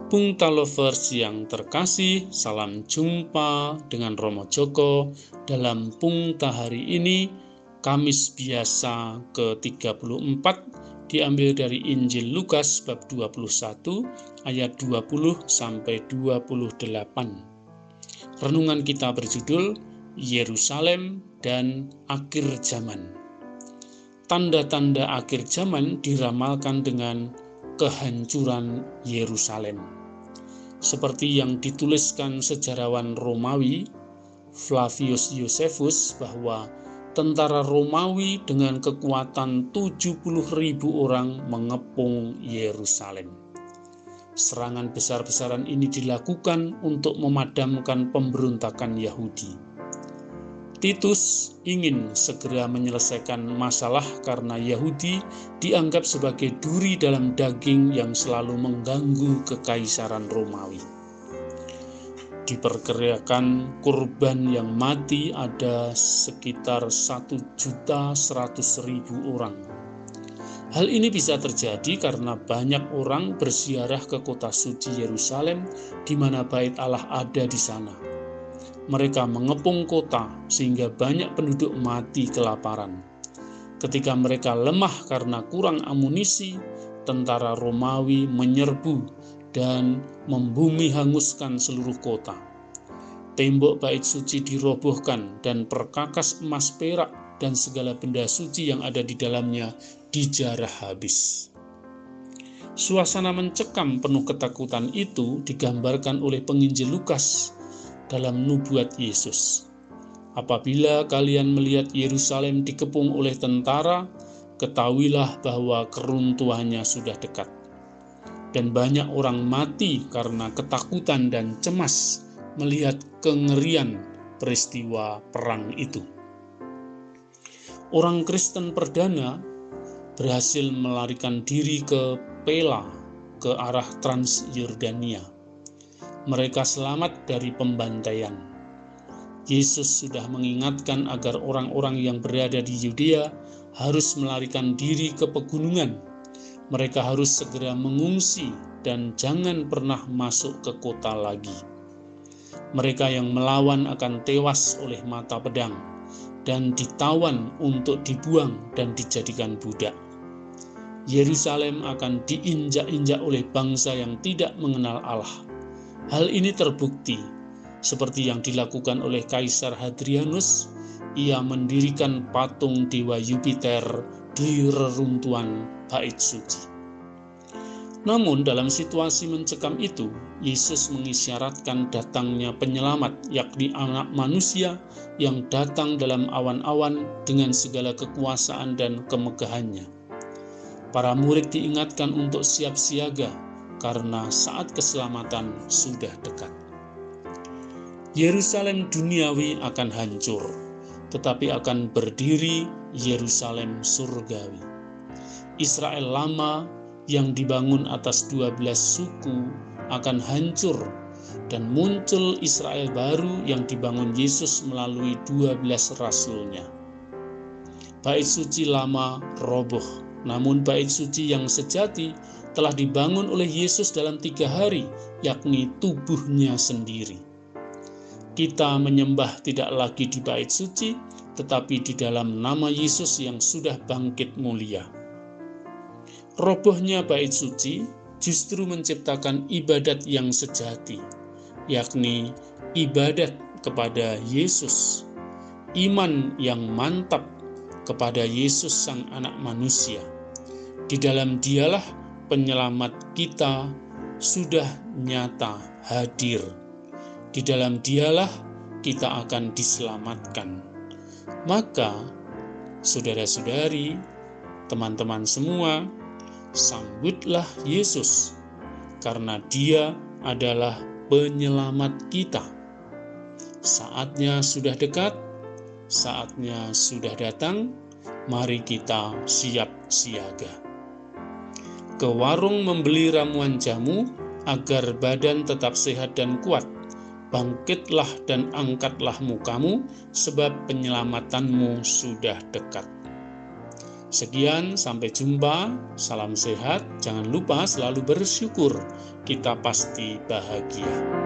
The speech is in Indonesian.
Pungta Lovers yang terkasih, salam jumpa dengan Romo Joko dalam Pungta hari ini, Kamis Biasa ke-34, diambil dari Injil Lukas bab 21 ayat 20 sampai 28. Renungan kita berjudul Yerusalem dan akhir zaman. Tanda-tanda akhir zaman diramalkan dengan kehancuran Yerusalem. Seperti yang dituliskan sejarawan Romawi Flavius Josephus bahwa tentara Romawi dengan kekuatan 70.000 orang mengepung Yerusalem. Serangan besar-besaran ini dilakukan untuk memadamkan pemberontakan Yahudi. Titus ingin segera menyelesaikan masalah karena Yahudi dianggap sebagai duri dalam daging yang selalu mengganggu kekaisaran Romawi. Diperkirakan korban yang mati ada sekitar 1.100.000 orang. Hal ini bisa terjadi karena banyak orang berziarah ke kota suci Yerusalem di mana bait Allah ada di sana. Mereka mengepung kota sehingga banyak penduduk mati kelaparan. Ketika mereka lemah karena kurang amunisi, tentara Romawi menyerbu dan membumi hanguskan seluruh kota. Tembok bait suci dirobohkan dan perkakas emas, perak, dan segala benda suci yang ada di dalamnya dijarah habis. Suasana mencekam penuh ketakutan itu digambarkan oleh penginjil Lukas dalam nubuat Yesus. Apabila kalian melihat Yerusalem dikepung oleh tentara, ketahuilah bahwa keruntuhannya sudah dekat. Dan banyak orang mati karena ketakutan dan cemas melihat kengerian peristiwa perang itu. Orang Kristen perdana berhasil melarikan diri ke Pela, ke arah Transyordania. Mereka selamat dari pembantaian. Yesus sudah mengingatkan agar orang-orang yang berada di Yudea harus melarikan diri ke pegunungan. Mereka harus segera mengungsi dan jangan pernah masuk ke kota lagi. Mereka yang melawan akan tewas oleh mata pedang dan ditawan untuk dibuang dan dijadikan budak. Yerusalem akan diinjak-injak oleh bangsa yang tidak mengenal Allah. Hal ini terbukti seperti yang dilakukan oleh Kaisar Hadrianus. Ia mendirikan patung dewa Yupiter di reruntuhan bait suci. Namun dalam situasi mencekam itu, Yesus mengisyaratkan datangnya penyelamat, yakni Anak Manusia yang datang dalam awan-awan dengan segala kekuasaan dan kemegahannya. Para murid diingatkan untuk siap siaga karena saat keselamatan sudah dekat. Yerusalem duniawi akan hancur, tetapi akan berdiri Yerusalem surgawi. Israel lama yang dibangun atas 12 suku akan hancur dan muncul Israel baru yang dibangun Yesus melalui 12 rasulnya. Bait suci lama roboh, namun bait suci yang sejati telah dibangun oleh Yesus dalam 3 hari, yakni tubuhnya sendiri. Kita menyembah tidak lagi di bait suci, tetapi di dalam nama Yesus yang sudah bangkit mulia. Robohnya bait suci justru menciptakan ibadat yang sejati, yakni ibadat kepada Yesus, iman yang mantap kepada Yesus Sang Anak Manusia. Di dalam Dialah penyelamat kita sudah nyata hadir. Di dalam Dialah kita akan diselamatkan. Maka, saudara-saudari, teman-teman semua, sambutlah Yesus, karena Dia adalah penyelamat kita. Saatnya sudah dekat, saatnya sudah datang, mari kita siap siaga. Ke warung membeli ramuan jamu agar badan tetap sehat dan kuat. Bangkitlah dan angkatlah mukamu, sebab penyelamatanmu sudah dekat. Sekian, sampai jumpa. Salam sehat. Jangan lupa selalu bersyukur. Kita pasti bahagia.